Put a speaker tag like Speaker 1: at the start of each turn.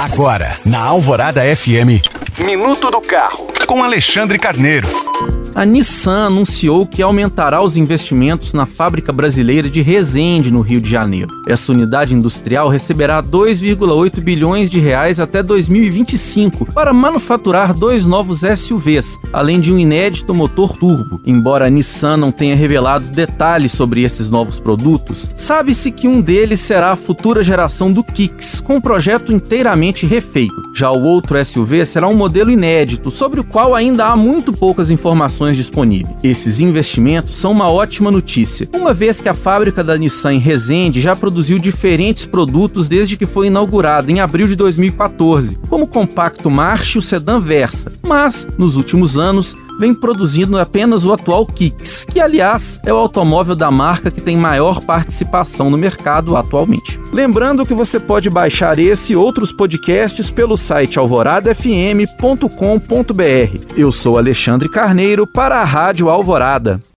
Speaker 1: Agora, na Alvorada FM, Minuto do Carro, com Alexandre Carneiro.
Speaker 2: A Nissan anunciou que aumentará os investimentos na fábrica brasileira de Resende, no Rio de Janeiro. Essa unidade industrial receberá 2,8 bilhões de reais até 2025 para manufaturar 2 novos SUVs, além de um inédito motor turbo. Embora a Nissan não tenha revelado detalhes sobre esses novos produtos, sabe-se que um deles será a futura geração do Kicks, com um projeto inteiramente refeito. Já o outro SUV será um modelo inédito, sobre o qual ainda há muito poucas informações disponíveis. Esses investimentos são uma ótima notícia, uma vez que a fábrica da Nissan em Resende já produziu diferentes produtos desde que foi inaugurada em abril de 2014, como o compacto March e o sedã Versa, mas, nos últimos anos, vem produzindo apenas o atual Kicks, que, aliás, é o automóvel da marca que tem maior participação no mercado atualmente. Lembrando que você pode baixar esse e outros podcasts pelo site alvoradafm.com.br. Eu sou Alexandre Carneiro para a Rádio Alvorada.